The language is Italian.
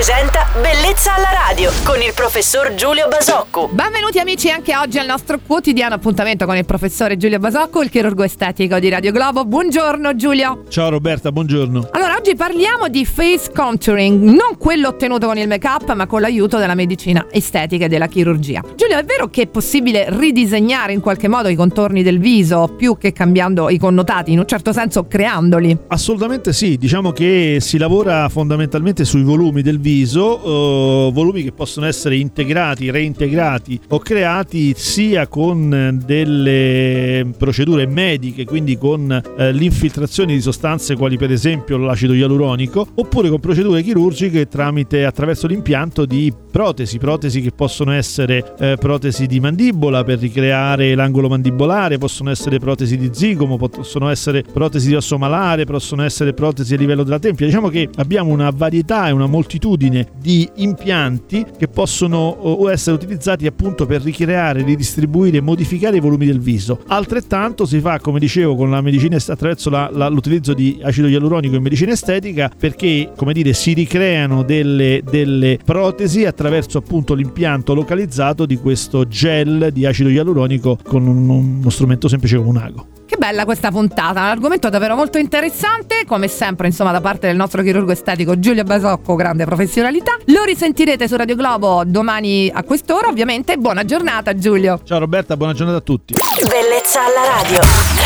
presenta Bellezza alla radio con il professor Giulio Basocco. Benvenuti amici anche oggi al nostro quotidiano appuntamento con il professore Giulio Basocco, il chirurgo estetico di Radio Globo. Buongiorno Giulio. Ciao Roberta, buongiorno. Allora, oggi parliamo di face contouring, non quello ottenuto con il make-up, ma con l'aiuto della medicina estetica e della chirurgia. Giulio, è vero che è possibile ridisegnare in qualche modo i contorni del viso più che cambiando i connotati, in un certo senso creandoli? Assolutamente sì, diciamo che si lavora fondamentalmente sui volumi del viso, volumi che possono essere integrati, reintegrati o creati sia con delle procedure mediche, quindi con l'infiltrazione di sostanze quali per esempio l'acido ialuronico, oppure con procedure chirurgiche attraverso l'impianto di protesi che possono essere protesi di mandibola per ricreare l'angolo mandibolare, possono essere protesi di zigomo, possono essere protesi di osso malare, possono essere protesi a livello della tempia. Diciamo che abbiamo una varietà e una moltitudine di impianti che possono essere utilizzati appunto per ricreare, ridistribuire e modificare i volumi del viso. Altrettanto si fa, come dicevo, con la medicina attraverso l'utilizzo di acido ialuronico in medicina estetica, perché si ricreano delle protesi attraverso appunto l'impianto localizzato di questo gel di acido ialuronico con uno strumento semplice come un ago. Che bella questa puntata, un argomento davvero molto interessante, come sempre da parte del nostro chirurgo estetico Giulio Basocco, grande professionalità. Lo risentirete su Radio Globo domani a quest'ora, ovviamente. Buona giornata Giulio. Ciao Roberta, buona giornata a tutti. Bellezza alla radio.